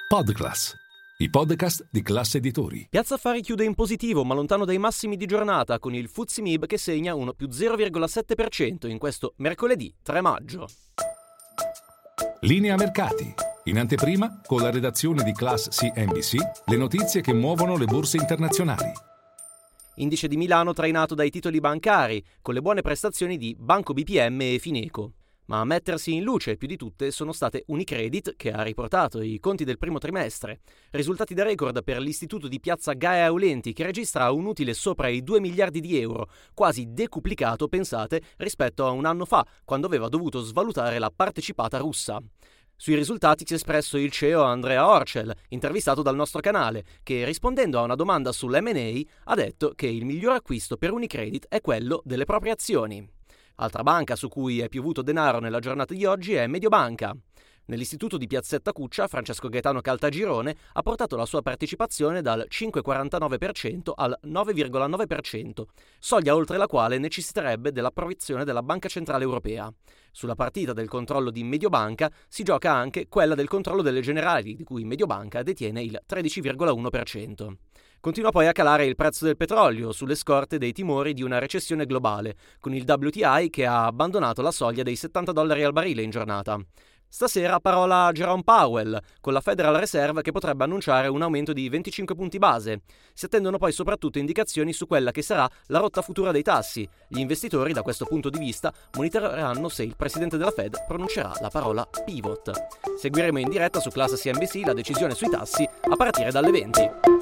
Podclass, i podcast di Class Editori. Piazza Affari chiude in positivo, ma lontano dai massimi di giornata, con il FTSE MIB che segna uno più 0,7% in questo mercoledì 3 maggio. Linea mercati. In anteprima, con la redazione di Class CNBC, le notizie che muovono le borse internazionali. Indice di Milano trainato dai titoli bancari, con le buone prestazioni di Banco BPM e Fineco. Ma a mettersi in luce più di tutte sono state Unicredit, che ha riportato i conti del primo trimestre. Risultati da record per l'istituto di Piazza Gaia Aulenti, che registra un utile sopra i 2 miliardi di euro, quasi decuplicato, pensate, rispetto a un anno fa, quando aveva dovuto svalutare la partecipata russa. Sui risultati si è espresso il CEO Andrea Orcel, intervistato dal nostro canale, che rispondendo a una domanda sull'M&A ha detto che il miglior acquisto per Unicredit è quello delle proprie azioni. Altra banca su cui è piovuto denaro nella giornata di oggi è Mediobanca. Nell'istituto di Piazzetta Cuccia, Francesco Gaetano Caltagirone ha portato la sua partecipazione dal 5,49% al 9,9%, soglia oltre la quale necessiterebbe dell'approvazione della Banca Centrale Europea. Sulla partita del controllo di Mediobanca si gioca anche quella del controllo delle Generali, di cui Mediobanca detiene il 13,1%. Continua poi a calare il prezzo del petrolio sulle scorte dei timori di una recessione globale, con il WTI che ha abbandonato la soglia dei $70 al barile in giornata. Stasera parola Jerome Powell, con la Federal Reserve che potrebbe annunciare un aumento di 25 punti base. Si attendono poi soprattutto indicazioni su quella che sarà la rotta futura dei tassi. Gli investitori, da questo punto di vista, monitoreranno se il presidente della Fed pronuncerà la parola pivot. Seguiremo in diretta su Class CNBC la decisione sui tassi a partire dalle 20.